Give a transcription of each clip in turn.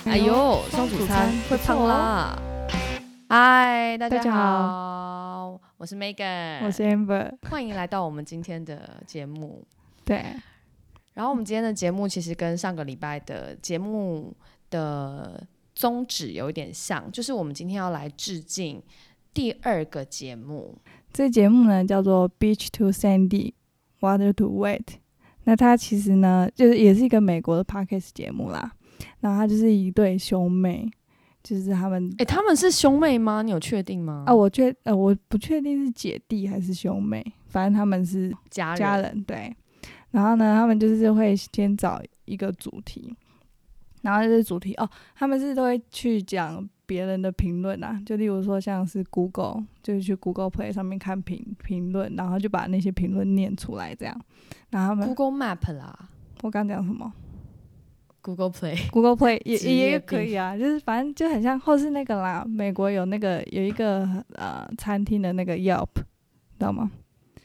哎呦，双主餐会胖啦！嗨，大家好，我是 Megan， 我是 Amber， 欢迎来到我们今天的节目。 对， 然后我们今天的节目其实跟上个礼拜的节目的宗旨有一点像，就是我们今天要来致敬第二个节目。 这节目呢叫做 Beach to Sandy, Water to Wet。那它其实呢，就是也是一个美国的 podcast 节目啦。然后它就是一对兄妹，就是他们。 他们是兄妹吗？你有确定吗？ 我不确定是姐弟还是兄妹，反正他们是家人。对。然后呢，他们就是会先找一个主题，然后这个主题他们是都会去讲别人的评论啊，就例如说像是 Google， 就是去 Google Play 上面看评论，然后就把那些评论念出来这样。然后他们 Google Map 啦， 我刚讲什么 ？Google Play， Google Play 也可以啊，就是反正就很像，或是那个啦，美国有一个餐厅的那个 Yelp， 知道吗？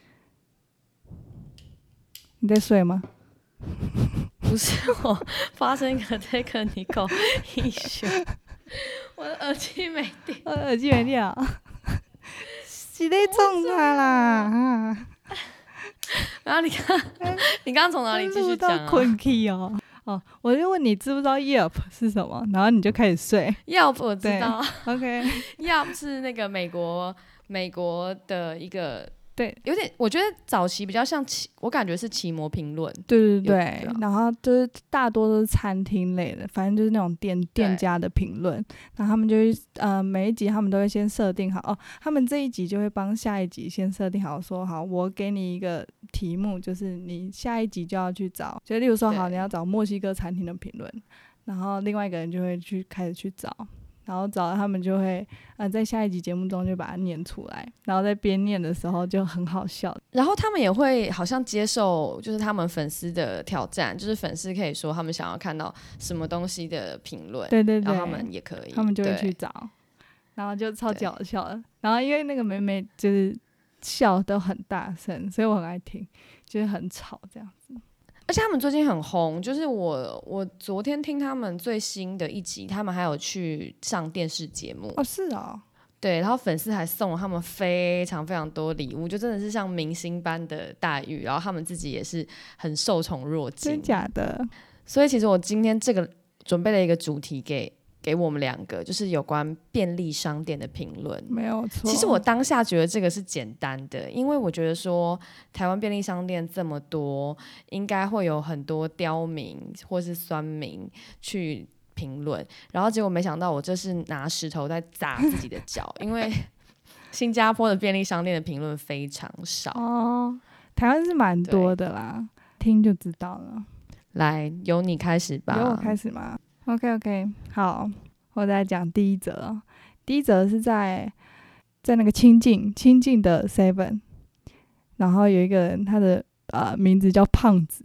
你在睡吗？ 不是，我发生一个 technical issue， 我的耳机没电。 耳机没电啊！是在冲他啦！ 然后你刚从哪里继续讲啊？ 困起我就问你知不知道 Yelp 是什么，然后你就开始睡。 Yelp 我知道 ，OK。 Yelp 是那个美国的一个。 对， 有点，我觉得早期比较像我感觉是奇摩评论。 对，然后就是大多都是餐厅类的，反正就是那种店家的评论。然后他们就会每一集他们都会先设定好他们这一集就会帮下一集先设定好，说好我给你一个题目，就是你下一集就要去找，就例如说好你要找墨西哥餐厅的评论，然后另外一个人就会开始去找。然后找了他们就会在下一集节目中就把它念出来，然后在边念的时候就很好笑。 然后他们也会好像接受就是他们粉丝的挑战，就是粉丝可以说他们想要看到什么东西的评论， 对， 然后他们也可以， 他们就会去找，然后就超级好笑的。然后因为那个妹妹就是笑都很大声，所以我很爱听，就是很吵这样子。 而且他们最近很红，就是我昨天听他们最新的一集，他们还有去上电视节目。 是哦。 对，然后粉丝还送了他们非常非常多礼物，就真的是像明星般的待遇，然后他们自己也是很受宠若惊。 真假的？ 所以其实我今天这个准备了一个主题给我们两个，就是有关便利商店的评论。 没有错。 其实我当下觉得这个是简单的，因为我觉得说台湾便利商店这么多，应该会有很多刁民或是酸民去评论，然后结果没想到我这是拿石头在砸自己的脚，因为新加坡的便利商店的评论非常少台湾是蛮多的啦，听就知道了。 来，由你开始吧。 由我开始吗？OK， 好，我再讲第一则。第一则是在那个清境的 Seven， 然后有一个人，他的名字叫胖子，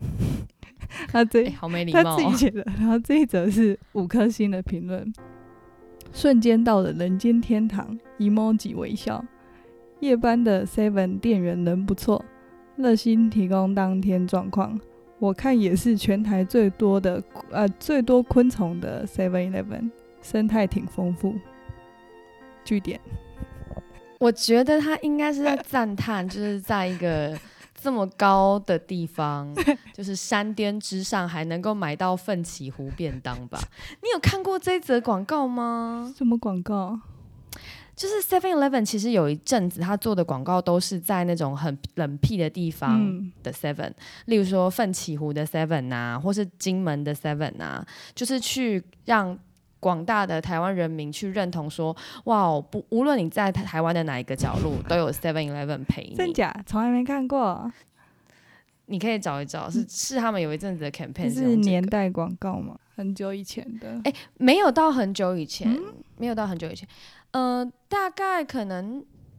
好没礼貌他自己写的。然后这一则是5颗星的评论，瞬间到了人间天堂 ，emoji 微笑。夜班的 Seven 店员人不错，热心提供当天状况。我看也是全台最多昆虫的 7-Eleven， 生态挺丰富。句点。 我觉得他应该是在赞叹，就是在一个这么高的地方，就是山巅之上还能够买到奋起湖便当吧？你有看过这则广告吗？ 什么广告？ 就是 7-Eleven 其实有一阵子他做的广告都是在那种很冷僻的地方的 Seven，例如说奋起湖的 Seven 啊，或是金门的 Seven 啊，就是去让广大的台湾人民去认同说，哇，无论你在台湾的哪一个角落，都有 7-Eleven 陪你。 真假？从来没看过。 你可以找一找，是他们有一阵子的 campaign， 是年代广告吗？很久以前的？ 没有到很久以前，没有到很久以前。大概可能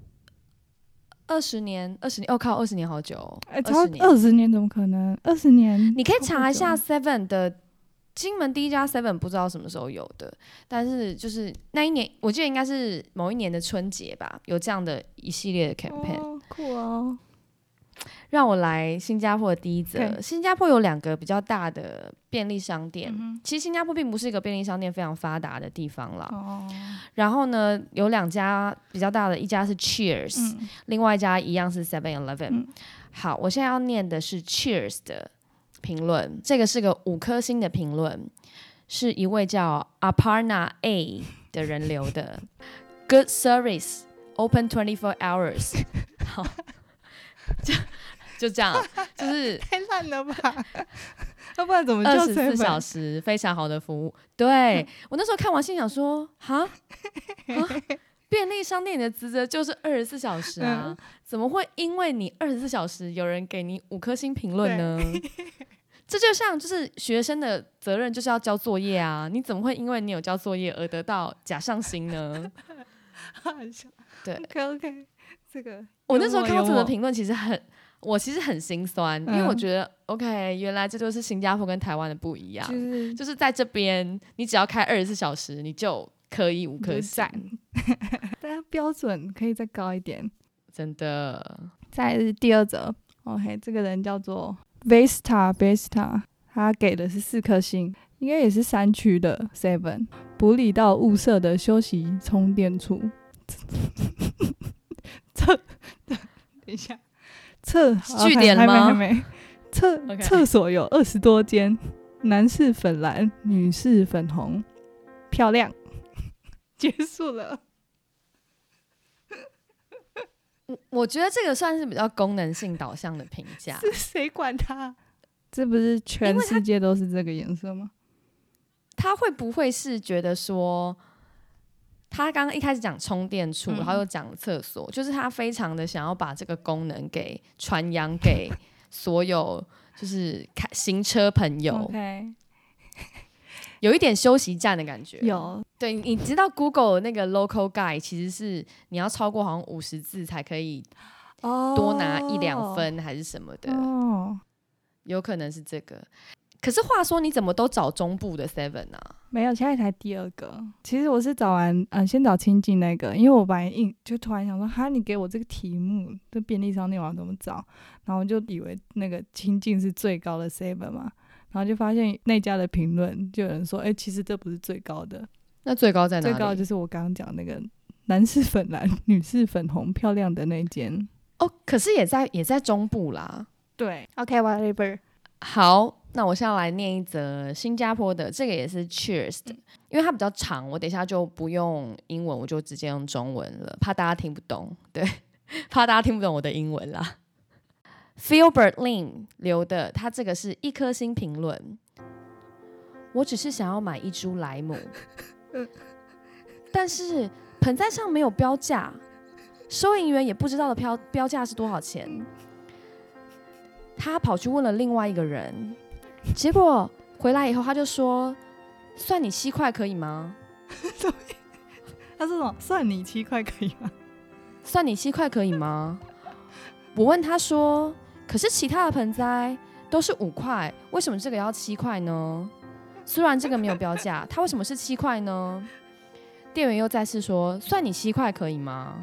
20年，靠，20年好久 ，20年怎么可能？20年？ 你可以查一下 Seven 的金门第一家 Seven， 不知道什么时候有的，但是就是那一年，我记得应该是某一年的春节吧，有这样的一系列的 campaign。 酷哦。 让我来新加坡的第一则。新加坡有2个比较大的便利商店，其实新加坡并不是一个便利商店非常发达的地方啦。然后呢，有2家比较大的，一家是 Cheers，另外一家一样是 7-Eleven。好，我现在要念的是 Cheers 的评论，这个是个5颗星的评论，是一位叫 Aparna A 的人留的。Good service, open 24 hours 好，就这样，就是太烂了吧？要不然怎么叫 24小时非常好的服务？对，我那时候看完心想说，哈，便利商店的职责就是24小时啊，怎么会因为你24小时有人给你5颗星评论呢？这就像就是学生的责任就是要交作业啊，你怎么会因为你有交作业而得到假上星呢？对 ，OK， 这个我那时候看到这个评论，我其实很心酸，因为我觉得 OK， 原来这就是新加坡跟台湾的不一样，就是在这边你只要开24小时，你就可以5颗星， 大家标准可以再高一点， 真的。 再来是第2则 ，OK， 这个人叫做 Vesta， 他给的是4颗星，应该也是山区的 Seven， 埔里到雾社的休息充电处。等一下， 据点了吗？ 还没。厕所有20多间，男士粉蓝，女士粉红，漂亮。结束了。 我觉得这个算是比较功能性导向的评价。 是谁管他？这不是全世界都是这个颜色吗？ 他会不会是觉得说？他刚刚一开始讲充电处，然后又讲厕所，就是他非常的想要把这个功能给传扬给所有就是行车朋友， okay. 有一点休息站的感觉。 有， 对，你知道 Google 那个 Local Guide 其实是你要超过好像50字才可以多拿1-2分还是什么的，有可能是这个。可是话说，你怎么都找中部的 Seven 啊？ 没有，现在才第2个。其实我是找完，先找清境那个，因为我本来就突然想说，哈，你给我这个题目，这便利商店我要怎么找？然后我就以为那个清境是最高的 Seven 嘛，然后就发现那家的评论就有人说，其实这不是最高的。 那最高在哪里？ 最高就是我刚刚讲那个男士粉蓝，女士粉红，漂亮的那间。 哦，可是也在中部啦。 对 ，OK whatever。 好，那我现在来念一则新加坡的，这个也是 Cheers 的，因为它比较长，我等一下就不用英文，我就直接用中文了，怕大家听不懂，对，怕大家听不懂我的英文啦。Philbert Lin 留的，他这个是1颗星评论。我只是想要买一株莱姆，但是盆栽上没有标价，收银员也不知道的标价是多少钱。他跑去问了另外一个人，结果回来以后他就说：“算你7块可以吗？” 他说什么？算你7块可以吗？ 算你7块可以吗？我问他说：“可是其他的盆栽都是5块，为什么这个要7块呢？虽然这个没有标价，它为什么是7块呢？”店员又再次说：“算你7块可以吗？”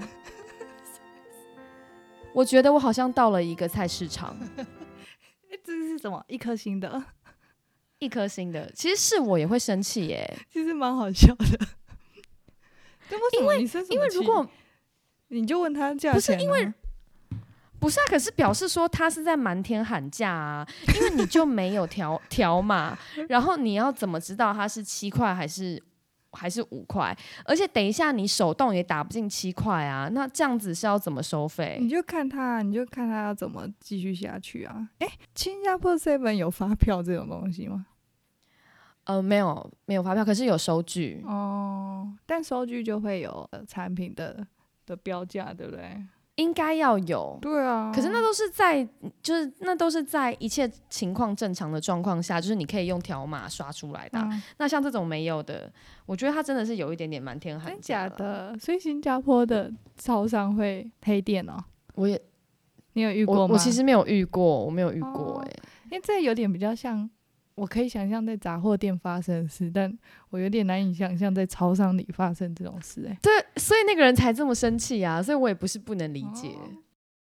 我觉得我好像到了一个菜市场。 这是什么？1颗星的 ？1颗星的，其实是我也会生气耶。 其实蛮好笑的。因为如果你就问他价钱， 不是啊，可是表示说他是在瞒天喊价啊，因为你就没有条码，然后你要怎么知道他是7块还是5块？而且等一下你手动也打不进7块啊，那这样子是要怎么收费？ 你就看他要怎么继续下去啊？新加坡 7 有发票这种东西吗？ 没有发票，可是有收据哦。但收据就会有产品的标价，对不对？ 应该要有。 对啊。 可是那都是在一切情况正常的状况下，就是你可以用条码刷出来的。那像这种没有的，我觉得它真的是有一点点瞒天喊价。 真假的？所以新加坡的超商会黑店哦？你有遇过吗？ 我其实没有遇过，我没有遇过因为这有点比较像。我可以想象在杂货店发生的事，但我有点难以想象在超商里发生这种事。 对，所以那个人才这么生气啊！所以我也不是不能理解。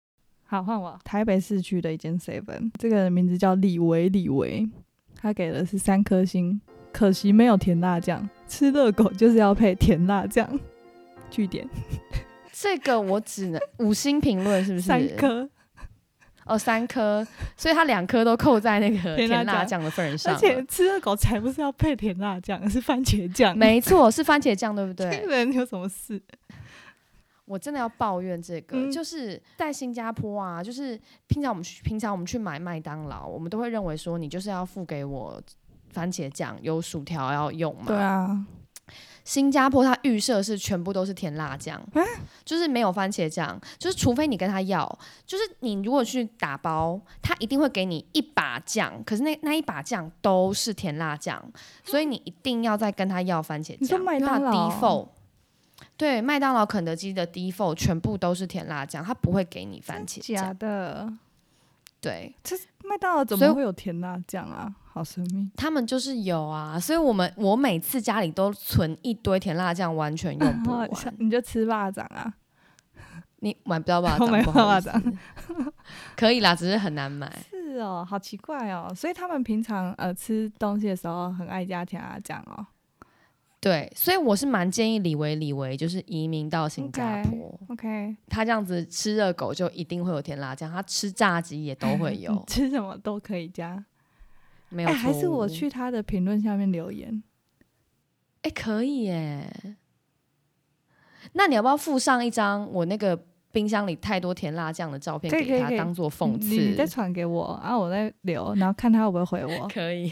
好，换我。台北市区的一间 Seven， 这个名字叫李维，他给的是3颗星，可惜没有甜辣酱，吃热狗就是要配甜辣酱。句点。 这个我只能5星评论，是不是 ？3颗。 哦，3颗，所以他2颗都扣在那个甜辣酱的份上了。 而且吃热狗才不是要配甜辣酱，是番茄酱。 没错，是番茄酱，对不对？ 这个人有什么事？ 我真的要抱怨这个，就是在新加坡啊，就是平常我们去买麦当劳，我们都会认为说你就是要付给我番茄酱，有薯条要用嘛。 对啊。 新加坡它预设是全部都是甜辣酱，就是没有番茄酱，就是除非你跟他要，就是你如果去打包，他一定会给你1把酱，可是那一把酱都是甜辣酱，所以你一定要再跟他要番茄酱。 你说麦当劳 ？default， 对，麦当劳、肯德基的 default 全部都是甜辣酱，他不会给你番茄酱。 假的？ 对， 这麦当劳怎么会有甜辣酱啊？好神秘。 他们就是有啊，所以我每次家里都存一堆甜辣酱，完全用不完。 你就吃霸掌啊？ 你买不到霸掌， 买不到霸掌， 可以啦，只是很难买。 是哦，好奇怪哦。所以他们平常吃东西的时候很爱加甜辣酱哦。 对，所以我是蛮建议李维就是移民到新加坡。 OK， 他这样子吃热狗就一定会有甜辣酱，他吃炸鸡也都会有， 吃什么都可以加。 没有错误。 还是我去他的评论下面留言。 可以耶。那你要不要附上一张我那个冰箱里太多甜辣酱的照片给他，当做讽刺？ 你再传给我，然后我再留，然后看他会不会回我。 可以。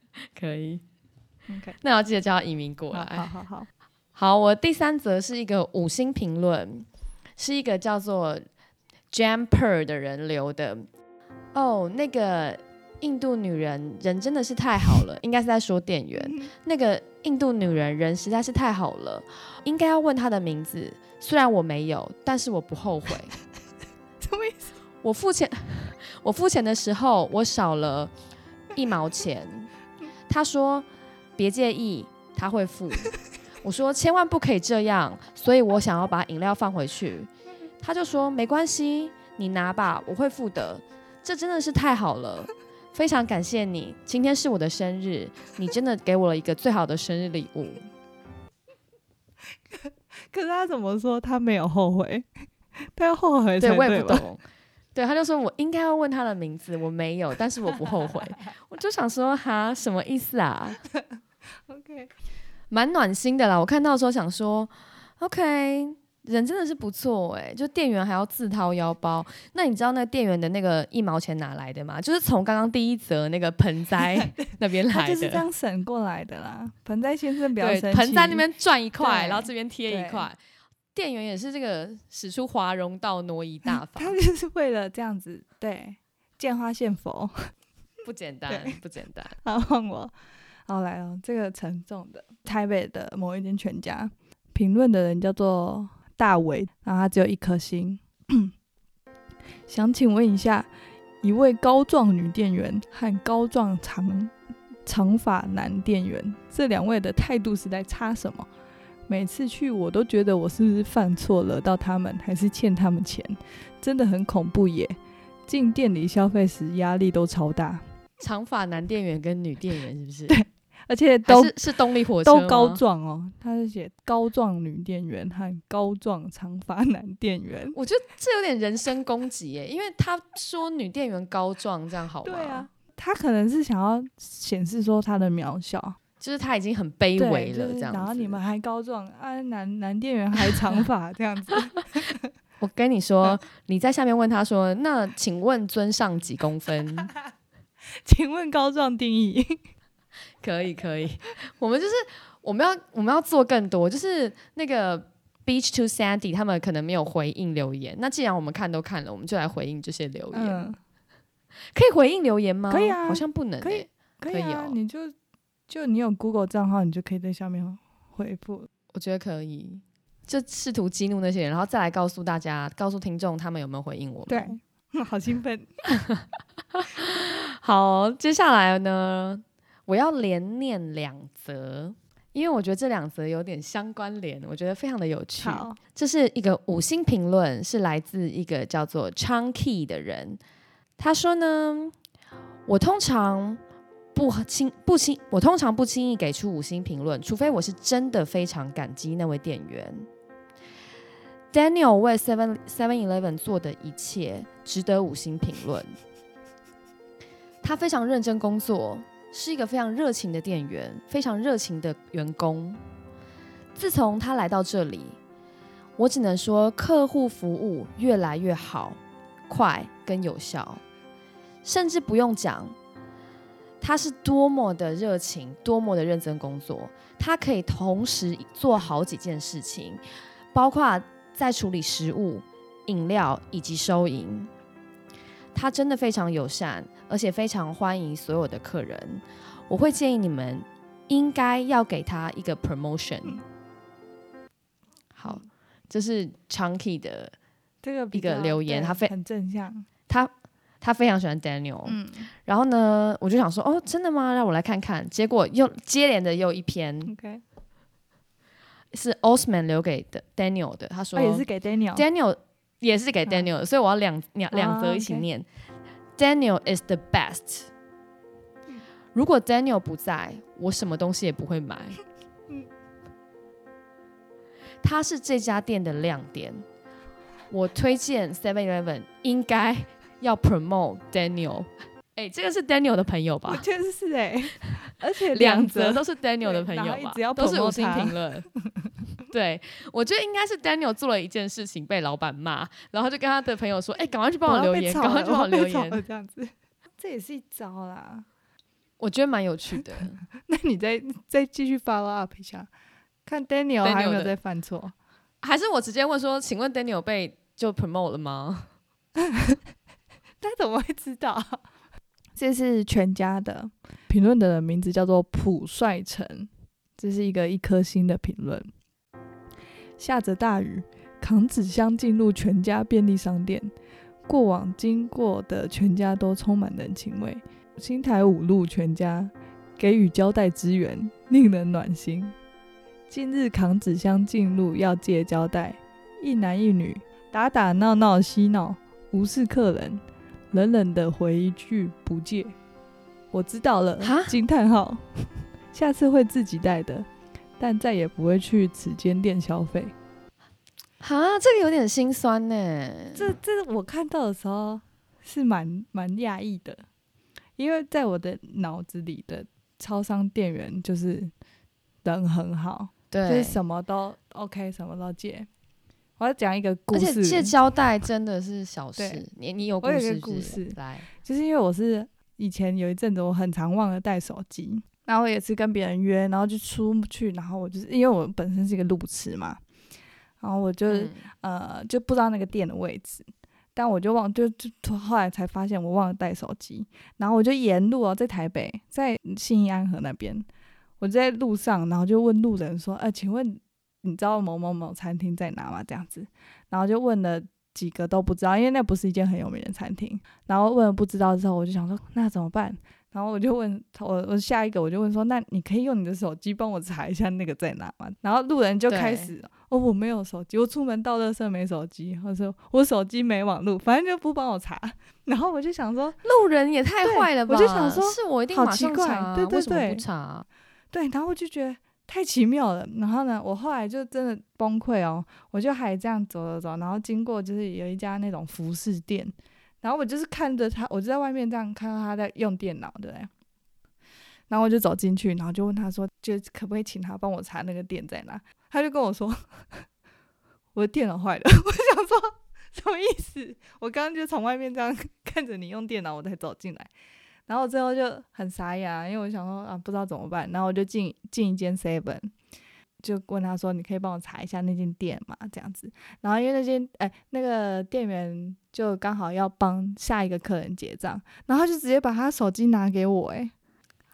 Okay. 那要记得叫他移民过来。好，我第3则是一个5星评论，是一个叫做 Jamper 的人留的。那个印度女人人真的是太好了，应该是在说店员。那个印度女人人实在是太好了，应该要问她的名字，虽然我没有，但是我不后悔。 什么意思？ 我付钱的时候，我少了1毛钱，他说别介意，他会付。我说千万不可以这样，所以我想要把饮料放回去。他就说没关系，你拿吧，我会付的。这真的是太好了，非常感谢你。今天是我的生日，你真的给我了一个最好的生日礼物。 可是他怎么说他没有后悔？他要后悔才对吧？ 对，我也不懂。对，他就说我应该要问他的名字，我没有，但是我不后悔。我就想说哈，什么意思啊 ？OK， 蛮暖心的啦。我看到的时候想说 ，OK， 人真的是不错就店员还要自掏腰包。那你知道那个店员的那个1毛钱哪来的吗？就是从刚刚第1则那个盆栽那边来的，他就是这样省过来的啦。盆栽先生不要生气， 对，盆栽那边赚1块，然后这边贴1块。店员也是这个使出华容道挪移大法， 他就是为了这样子，对，见花献佛， 不简单，不简单。 好，换我，好来哦，这个沉重的，台北的某一间全家，评论的人叫做大伟，然后他只有1颗星。想请问一下，一位高壮女店员和高壮长发男店员，这2位的态度是在差什么？每次去我都觉得我是不是犯错惹到他们，还是欠他们钱，真的很恐怖耶。进店里消费时压力都超大。 长发男店员跟女店员是不是？ 对，而且都是动力火车都高壮哦。他是写高壮女店员和高壮长发男店员。 我觉得这有点人身攻击耶，因为他说女店员高壮，这样好吗？ 对啊，他可能是想要显示说他的渺小。 就是他已经很卑微了，这样子。 然后你们还高壮啊，男店员还长发这样子。 我跟你说，你在下面问他说：“那请问尊上几公分？” 请问高壮定义？ 可以，我们要做更多，就是那个 Beach to Sandy 他们可能没有回应留言，那既然我们看都看了，我们就来回应这些留言。可以回应留言吗？ 可以啊， 好像不能。 可以啊， 哦， 你就你有 Google 账号，你就可以在下面回复。 我觉得可以，就试图激怒那些人，然后再来告诉大家，告诉听众他们有没有回应我们。 对，好兴奋。 好，接下来呢，我要连念2则。 因为我觉得这两则有点相关联，我觉得非常的有趣。 好， 这是一个5星评论，是来自一个叫做 Chunky 的人。他说呢，我通常不轻易给出5星评论，除非我是真的非常感激那位店员。Daniel 为 7-Eleven 做的一切值得5星评论。他非常认真工作，是一个非常热情的店员，非常热情的员工。自从他来到这里，我只能说客户服务越来越好，快跟有效。甚至不用讲，他是多么的热情，多么的认真工作。他可以同时做好几件事情，包括在处理食物、饮料以及收银。他真的非常友善，而且非常欢迎所有的客人。我会建议你们应该要给他一个 promotion。好，这是 Chunky 的一个留言，他很正向。 他非常喜欢 Daniel，然后呢，我就想说，哦，真的吗？让我来看看。结果又接连的又一篇， okay. 是 Osman 留给的 Daniel 的，他说， 也是给 Daniel 也是给 Daniel，所以我要两则一起念。Daniel is the best。如果 Daniel 不在，我什么东西也不会买。他是这家店的亮点。我推荐 7-Eleven 应该要 promote Daniel。这个是 Daniel 的朋友吧？ 我觉得是而且两则都是 Daniel 的朋友吧？都是5星评论。对，我觉得应该是 Daniel 做了一件事情被老板骂，然后就跟他的朋友说：“赶快去帮我留言，赶快去帮我留言。” 这样子，这也是一招啦。 我觉得蛮有趣的。 那你再继续 follow up 一下，看 Daniel 还有没有在犯错， 还是我直接问说：“请问 Daniel 被就 promote 了吗？” 他怎么会知道？这是全家的评论的名字叫做朴帅成，这是一个1颗星的评论。下着大雨，扛纸箱进入全家便利商店，过往经过的全家都充满人情味。新台5路全家给予交代支援，令人暖心。今日扛纸箱进入要借交代，一男一女打打闹闹嬉闹，无视客人，冷冷的回一句不借。我知道了，惊叹号！下次会自己带的，但再也不会去此间店消费。 哈，这个有点心酸呢。 这我看到的时候是蛮讶异的，因为在我的脑子里的超商店员就是人很好， 对， 就是什么都 OK， 什么都借。我要讲一个故事， 而且借胶带真的是小事。你有故事是不是？ 我有一个故事， 来， 就是因为我是以前有一阵子我很常忘了带手机，然后我也是跟别人约，然后就出去，然后我就是因为我本身是一个路痴嘛，然后我就就不知道那个店的位置，但我就就后来才发现我忘了带手机，然后我就沿路在台北，在信义安和那边，我就在路上，然后就问路人说，请问你知道某某某餐厅在哪吗？这样子，然后就问了几个都不知道，因为那不是一间很有名的餐厅。然后问了不知道之后，我就想说那怎么办？然后我就问我下一个我就问说，那你可以用你的手机帮我查一下那个在哪吗？然后路人就开始我没有手机，我出门到垃圾没手机，或者说我手机没网路，反正就不帮我查。然后我就想说路人也太坏了吧！ 我就想说是我一定马上查， 对对对， 为什么不查？ 对，然后我就觉得太奇妙了。然后呢，我后来就真的崩溃我就还这样走，然后经过就是有一家那种服饰店，然后我就是看着他，我就在外面这样看到他在用电脑，对不对？然后我就走进去，然后就问他说，就可不可以请他帮我查那个店在哪？他就跟我说，我的电脑坏了。我想说什么意思？我刚刚就从外面这样看着你用电脑，我才走进来。然后最后就很傻眼，因为我想说不知道怎么办，然后我就进一间 7， 就问他说，你可以帮我查一下那间店嘛？这样子。然后因为那个店员就刚好要帮下一个客人结账，然后他就直接把他手机拿给我，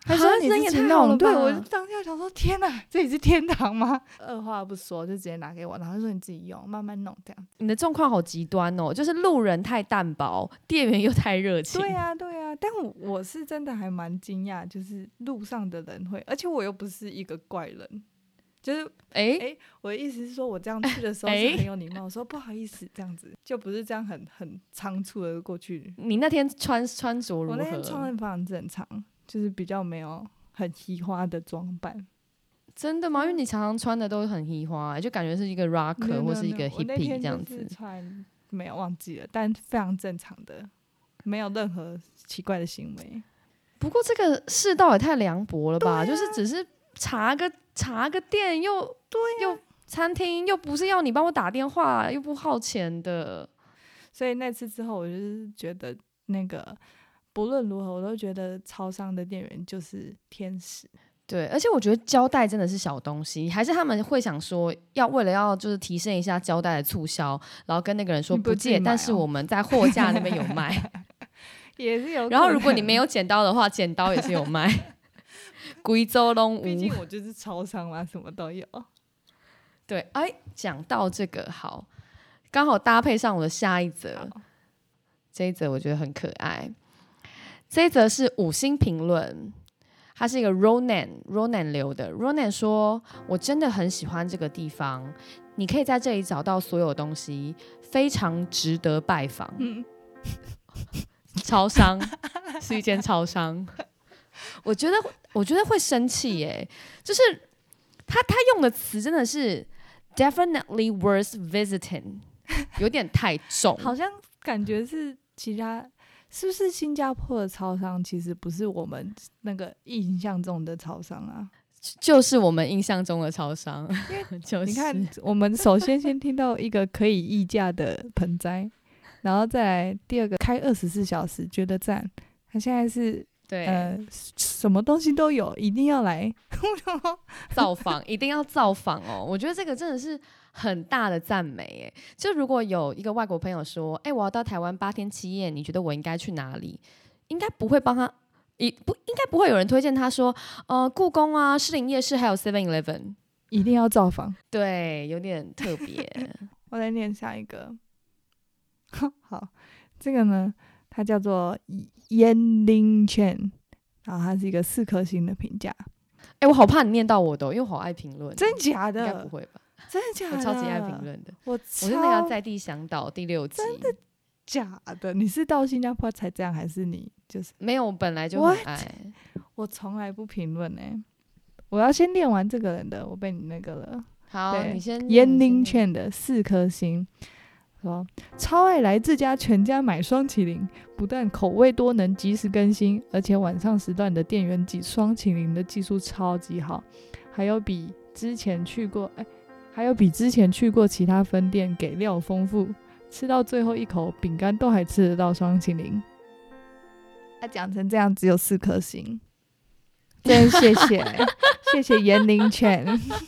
他说你人也自己弄， 太好了吧对，我就当下想说天哪，这里是天堂吗？二话不说就直接拿给我，然后就说你自己用，慢慢弄这样。 你的状况好极端哦，就是路人太淡薄，店员又太热情。 对啊，对啊，但我是真的还蛮惊讶，就是路上的人会，而且我又不是一个怪人，就是我的意思是说，我这样去的时候是很有礼貌，我说不好意思，这样子就不是这样很仓促的过去。 你那天穿着如何？ 我那天穿的非常正常，就是比较没有很嘻花的装扮。 真的吗？因为你常常穿的都很嘻花，就感觉是一个 rocker 或是一个 hippie 这样子。 我那天就是穿没有忘记了，但非常正常的，没有任何奇怪的行为。 不过这个世道也太凉薄了吧？就是只是查个店又餐厅，又不是要你帮我打电话，又不耗钱的。 所以那次之后，我就是觉得那个不论如何，我都觉得超商的店员就是天使。 对，而且我觉得胶带真的是小东西，还是他们会想说，为了要就是提升一下胶带的促销，然后跟那个人说不借，但是我们在货架那边有卖， 也是有。 然后如果你没有剪刀的话，剪刀也是有卖，贵州拢有。 毕竟我就是超商嘛，什么都有。 对，讲到这个好，刚好搭配上我的下一则，这一则我觉得很可爱，这一则是5星评论。他是一个 Ronan 留的。Ronan 说：“我真的很喜欢这个地方，你可以在这里找到所有东西，非常值得拜访。”超商是一间超商，我觉得会生气耶，就是他用的词真的是 definitely worth visiting， 有点太重， 好像感觉是其他。是不是新加坡的超商其实不是我们那个印象中的超商啊？ 就是我们印象中的超商。就是你看，我们首先听到一个可以议价的盆栽，然后再来第二个开24小时，觉得赞。他现在是对什么东西都有，一定要来造访，一定要造访哦！我觉得这个真的是很大的赞美耶。就如果有一个外国朋友说：“我要到台湾8天7夜，你觉得我应该去哪里？”应该不会帮他，应该不会有人推荐他说：“故宫啊，士林夜市还有 7-Eleven， 一定要造访。” 对，有点特别。 我来念下一个。好，这个呢，它叫做燕林圈，然后它是一个4颗星的评价。 我好怕你念到我的，因为我好爱评论。 真假的？ 应该不会吧？ 真的假的？ 我超级爱评论的。 我是那个在地向导第6集。 真的假的？你是到新加坡才这样，还是你就是没有？我本来就很爱。 我从来不评论我要先练完这个人的，我被你那个了。 好，你先。 燕林券的4颗星，说超爱来这家全家买双麒麟，不但口味多能及时更新，而且晚上时段的店员挤双麒麟的技术超级好，还有比之前去过其他分店给料丰富，吃到最后一口饼干都还吃得到双麒麟。他讲成这样只有4颗星，真谢谢谢谢燕林犬。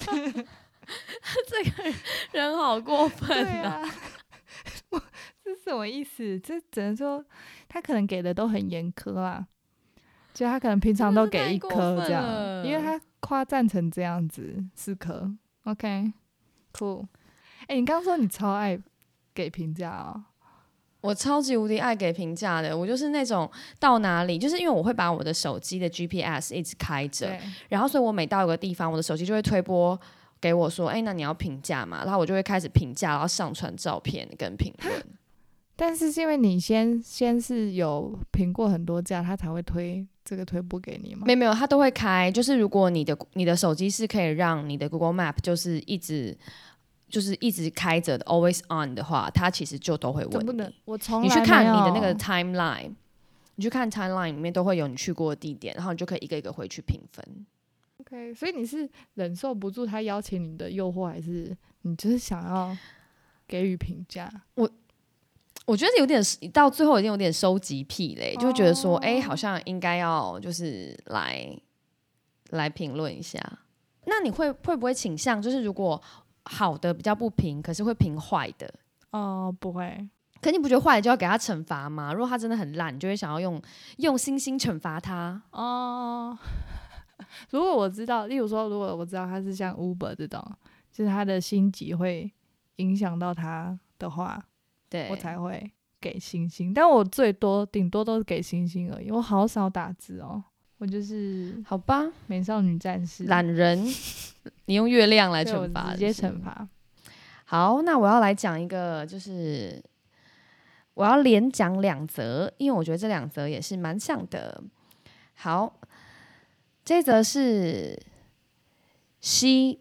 这个人好过分啊！这是什么意思？这只能说他可能给的都很严苛啊，就他可能平常都给1颗这样，因为他夸赞成这样子4颗。OK， cool。你刚刚说你超爱给评价哦。 我超级无敌爱给评价的，我就是那种到哪里，就是因为我会把我的手机的 GPS 一直开着，然后所以我每到一个地方，我的手机就会推播给我说，那你要评价嘛？然后我就会开始评价，然后上传照片跟评论。 但是因为你先是有评过很多价，他才会推播给你吗？ 没有，他都会开。就是如果你的手机是可以让你的 Google Map 就是一直开着的 always on 的话，它其实就都会问你。 我从来你去看你的那个 timeline， 你去看 timeline 里面都会有你去过的地点，然后你就可以一个一个回去评分。 OK， 所以你是忍受不住他邀请你的诱惑，还是你就是想要给予评价？ 我觉得有点到最后已经有点收集癖嘞，就会觉得说，好像应该要就是来评论一下。那你会不会倾向就是如果好的比较不评，可是会评坏的？ 不会。 可你不觉得坏了就要给他惩罚吗？如果他真的很烂，你就会想要用星星惩罚他哦。如果我知道，例如说，如果我知道他是像 Uber 这种，就是他的星级会影响到他的话， 对， 我才会给星星。但我顶多都是给星星而已，我好少打字哦。我就是好吧， 美少女战士懒人，你用月亮来惩罚， 直接惩罚。 好，那我要来讲一个，就是我要连讲2则，因为我觉得这2则也是蛮像的。好，这则是犀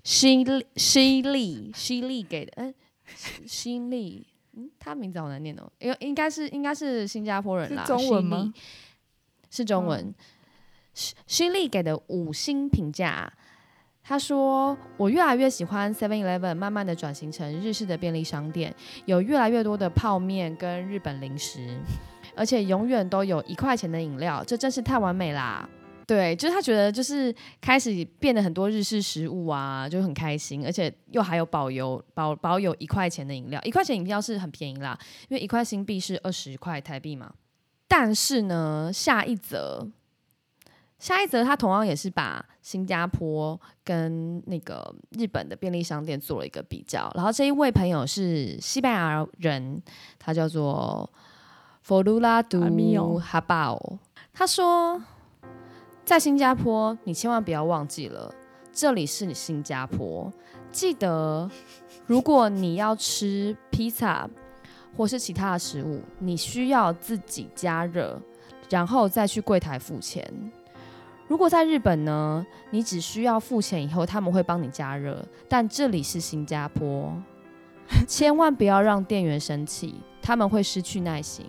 利给的，犀利，他名字好难念哦，应该是新加坡人啦， 是中文吗？ 是中文。犀利给的5星评价，他说：“我越来越喜欢 7-Eleven 慢慢的转型成日式的便利商店，有越来越多的泡面跟日本零食，而且永远都有1块钱的饮料，这真是太完美啦。”对，就是他觉得就是开始变得很多日式食物啊，就很开心，而且又还有保有1块钱的饮料，1块钱饮料是很便宜啦，因为1块新币是20块台币嘛。但是呢，下一则他同样也是把新加坡跟那个日本的便利商店做了一个比较，然后这一位朋友是西班牙人，他叫做佛鲁拉杜哈巴欧，他说。在新加坡，你千万不要忘记了，这里是新加坡。记得，如果你要吃披萨或是其他的食物，你需要自己加热，然后再去柜台付钱。如果在日本呢，你只需要付钱以后，他们会帮你加热。但这里是新加坡，千万不要让店员生气，他们会失去耐心。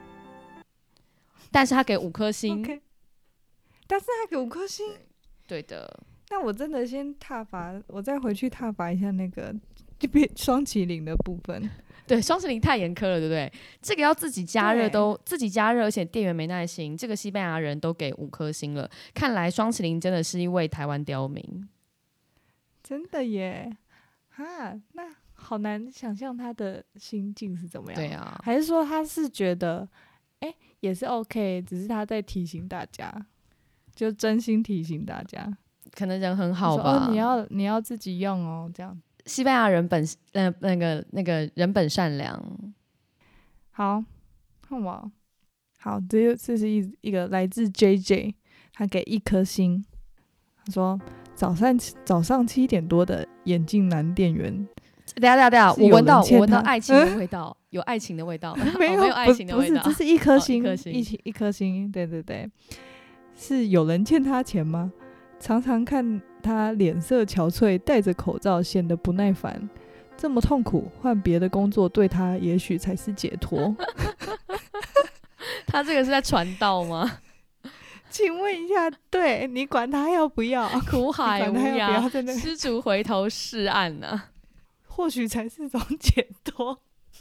但是他给5颗星。 Okay.但是他给5颗星， 对的。 那我真的先我再回去挞伐一下那个双麒麟的部分。 对，双麒麟太严苛了，对不对？这个要自己加热而且店员没耐心，这个西班牙人都给5颗星了。看来双麒麟真的是一位台湾刁民， 真的耶！哈，那好难想象他的心境是怎么样。 对啊， 还是说他是觉得，也是 OK， 只是他在提醒大家。就真心提醒大家， 可能人很好吧。 你要自己用哦，这样。 西班牙人那个人本善良。 好，看我。好，这是一个来自 JJ， 他给1颗星。他说早上7点多的眼镜男店员。 等下，我闻到爱情的味道，有爱情的味道。 没有爱情的味道， 不是，这是1颗星， 一颗星，对对对。是有人欠他钱吗？常常看他脸色憔悴，戴着口罩显得不耐烦。这么痛苦，换别的工作对他也许才是解脱。 他这个是在传道吗？ 请问一下，对，你管他要不要？ 苦海无涯，施主回头是岸啊， 或许才是种解脱。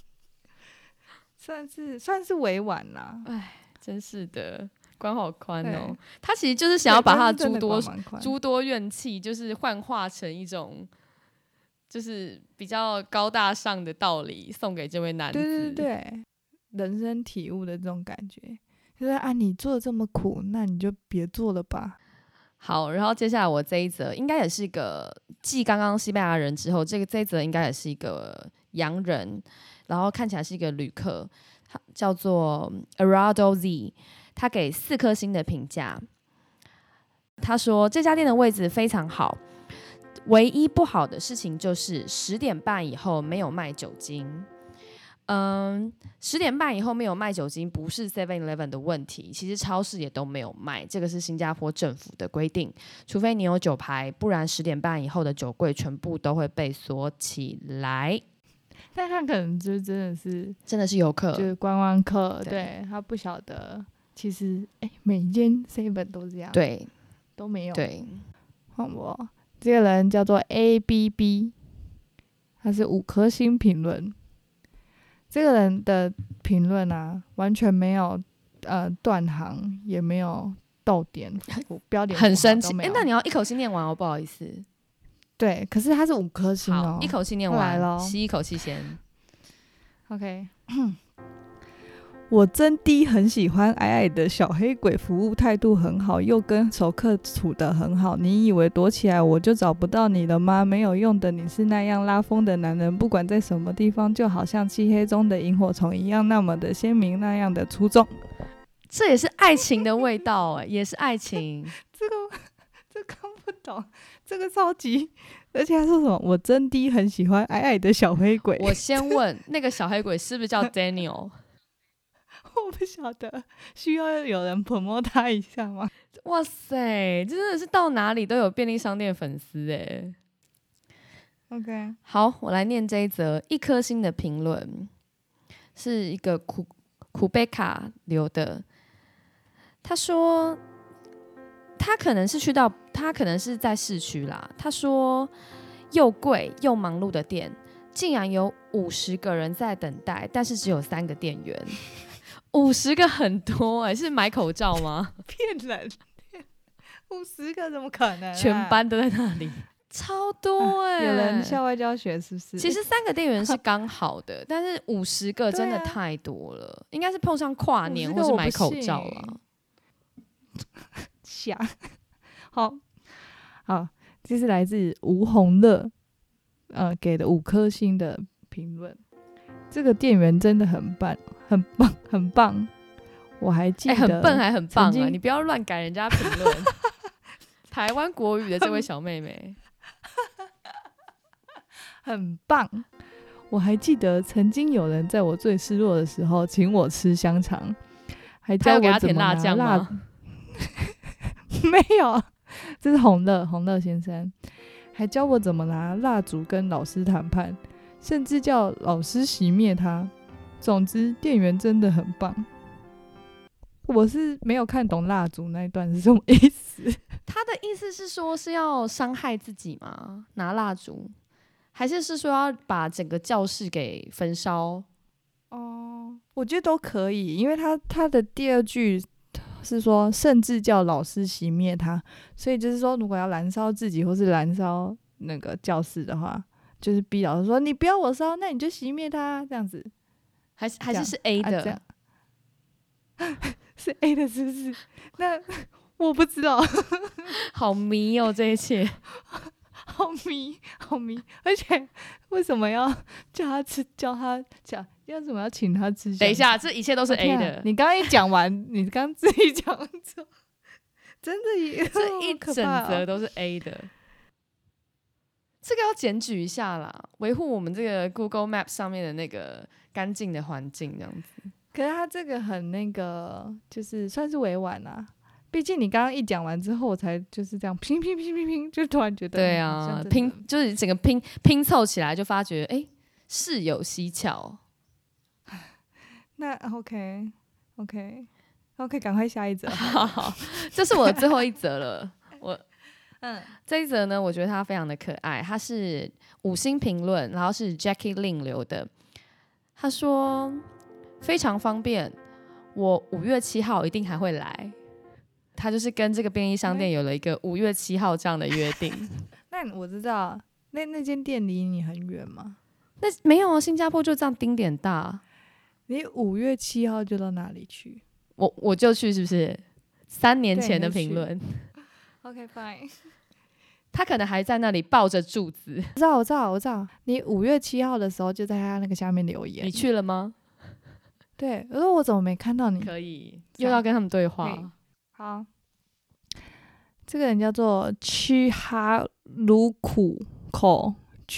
算是委婉啦。 哎，真是的。管好宽哦，他其实就是想要把他的诸多怨气，就是幻化成一种，就是比较高大上的道理，送给这位男子。 对对对，人生体悟的这种感觉，就是你做的这么苦，那你就别做了吧。 好，然后接下来我这一则应该也是一个继刚刚西班牙人之后，这一则应该也是一个洋人，然后看起来是一个旅客，叫做 Arado Z。他给4颗星的评价，他说这家店的位置非常好，唯一不好的事情就是10点半以后没有卖酒精。10点半以后没有卖酒精不是 7-Eleven 的问题，其实超市也都没有卖，这个是新加坡政府的规定，除非你有酒牌，不然10点半以后的酒柜全部都会被锁起来。 但他可能就真的是游客， 就是观光客，对，他不晓得。其实，每一间 7 都这样， 对， 都没有。 对， 换我，这个人叫做 ABB， 他是5颗星评论。这个人的评论啊，完全没有断行，也没有逗点，标点很生气。那你要一口气念完哦，不好意思。 对，可是他是5颗星哦， 好，一口气念完，吸一口气先。 OK， 我真的很喜欢矮矮的小黑鬼，服务态度很好，又跟熟客处得很好。你以为躲起来我就找不到你了吗？没有用的，你是那样拉风的男人，不管在什么地方，就好像漆黑中的萤火虫一样，那么的鲜明，那样的出众。 这也是爱情的味道哎，也是爱情。 这看不懂，这个超级，而且他说什么？我真的很喜欢矮矮的小黑鬼。 我先问那个小黑鬼是不是叫 Daniel？ 我不晓得，需要有人 promote 他一下吗？ 哇塞，真的是到哪里都有便利商店粉丝哎。 OK， 好，我来念这一则1颗星的评论，是一个库贝卡留的。他说他可能是在市区啦。他说又贵又忙碌的店，竟然有50个人在等待，但是只有3个店员。50个很多哎，是买口罩吗？ 骗人，50个怎么可能、 全班都在那里，超多哎、 有人校外教学是不是？ 其实3个店员是刚好的，但是50个真的太多了，应该是碰上跨年或是买口罩了。 想好，这是来自吴红乐给的5颗星的评论。这个店员真的很棒，很棒，很棒。我还记得， 很笨还很棒啊！你不要乱改人家评论。台湾国语的这位小妹妹， 很棒。我还记得曾经有人在我最失落的时候请我吃香肠，还教我怎么拿辣酱吗？ 没有，这是红乐先生，还教我怎么拿蜡烛跟老师谈判，甚至叫老师熄灭它。总之，店员真的很棒。我是没有看懂蜡烛那一段是什么意思。 他的意思是说是要伤害自己吗？拿蜡烛，还是说要把整个教室给焚烧？ 我觉得都可以，因为他的第2句是说，甚至叫老师熄灭它，所以就是说，如果要燃烧自己或是燃烧那个教室的话，就是逼老师说你不要我烧，那你就熄灭它，这样子。 还是 A 的、 是 A 的，是不是？那我不知道， 好迷哦，这一切好迷，而且为什么要叫他吃？为什么要请他吃？ 等一下，这一切都是 A 的。 你刚刚一讲完，你刚自己讲完之后，真的这一整则都是 A 的。这个要检举一下啦，维护我们这个 Google Map 上面的那个干净的环境，这样子。 可是他这个很那个，就是算是委婉啦。毕竟你刚刚一讲完之后，我才就是这样拼，就突然觉得对啊，就是整个拼凑起来，就发觉事有蹊跷。 那 OK， 赶快下一则。 好，这是我的最后一则了。这一则呢，我觉得它非常的可爱，它是5星评论，然后是 Jackie Lin 留的。他说非常方便，我5月7号一定还会来。他就是跟这个便利商店有了一个5月7号这样的约定。 那我知道，那间店离你很远吗？ 那没有啊，新加坡就这样丁点大。 你5月7号就到哪里去？ 我就去，是不是？3年前的评论。 OK fine。 他可能还在那里抱着柱子。 我知道。你5月7号的时候就在他那个下面留言。 你去了吗？ 对，我说我怎么没看到你？ 可以，又要跟他们对话。 好，这个人叫做屈哈鲁口，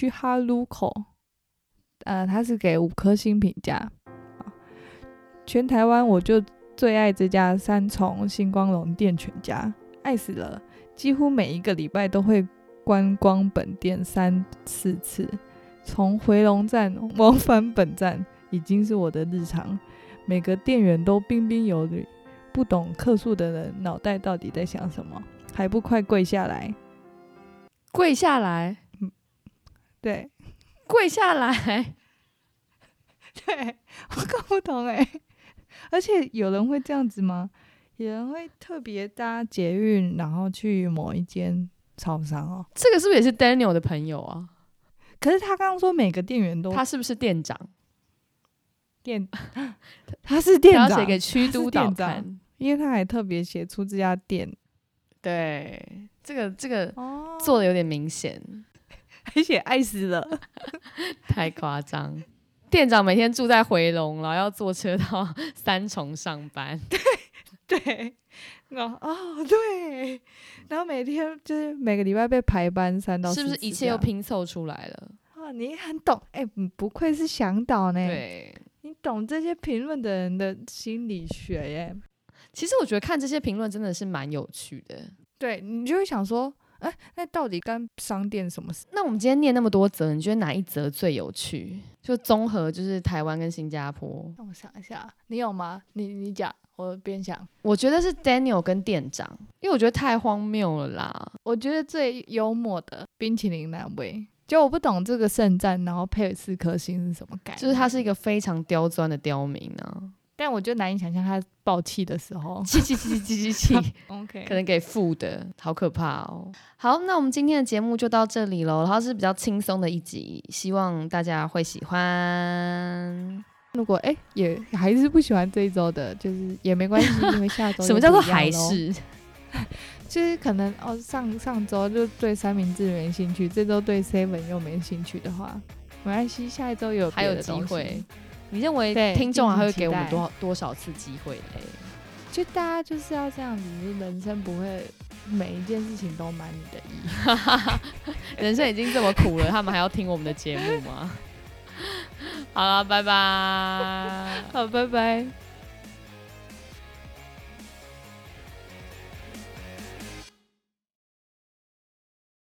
他是给5颗星评价。全台湾我就最爱这家3重星光龙店全家，爱死了，几乎每一个礼拜都会观光本店3-4次，从回龙站往返本站已经是我的日常，每个店员都彬彬有礼，不懂客诉的人脑袋到底在想什么，还不快跪下来？ 跪下来？ 对， 跪下来。 对，我搞不懂而且有人会这样子吗？有人会特别搭捷运然后去某一间超商哦？ 这个是不是也是 Daniel 的朋友啊？ 可是他刚刚说每个店员都， 他是不是店长？ 他是店长， 他要写给区督导看， 因为他还特别写出这家店。 对，这个做的有点明显， 还写爱死了， 太夸张。店长每天住在回龙，然后要坐车到三重上班。 对，对，然后每天就是每个礼拜被排班3到4次， 是不是一切又拼凑出来了？ 你很懂，不愧是向导呢。 对， 你懂这些评论的人的心理学耶。 其实我觉得看这些评论真的是蛮有趣的。 对，你就会想说，那到底干商店什么事？ 那我们今天念那么多则，你觉得哪一则最有趣？就综合就是台湾跟新加坡。 让我想一下，你有吗？你讲，我边想。 我觉得是 Daniel 跟店长，因为我觉得太荒谬了啦。 我觉得最幽默的冰淇淋那位，就我不懂这个圣战然后配4颗星是什么概念， 就是他是一个非常刁钻的刁民啊。 但我就难以想象他爆气的时候， 气 ，OK， 可能给负的，好可怕哦。好，那我们今天的节目就到这里咯，然后是比较轻松的一集，希望大家会喜欢。 如果也还是不喜欢这一周的，就是也没关系，因为下周什么叫做还是？ 就是可能上周就对三明治没兴趣，这周对 Seven 又没兴趣的话，没关系，下一周有还有机会。你认为听众还会给我们多少次机会嘞？ 就大家就是要这样子，人生不会每一件事情都满你的意。 人生已经这么苦了，他们还要听我们的节目吗？好了，拜拜。 好，拜拜。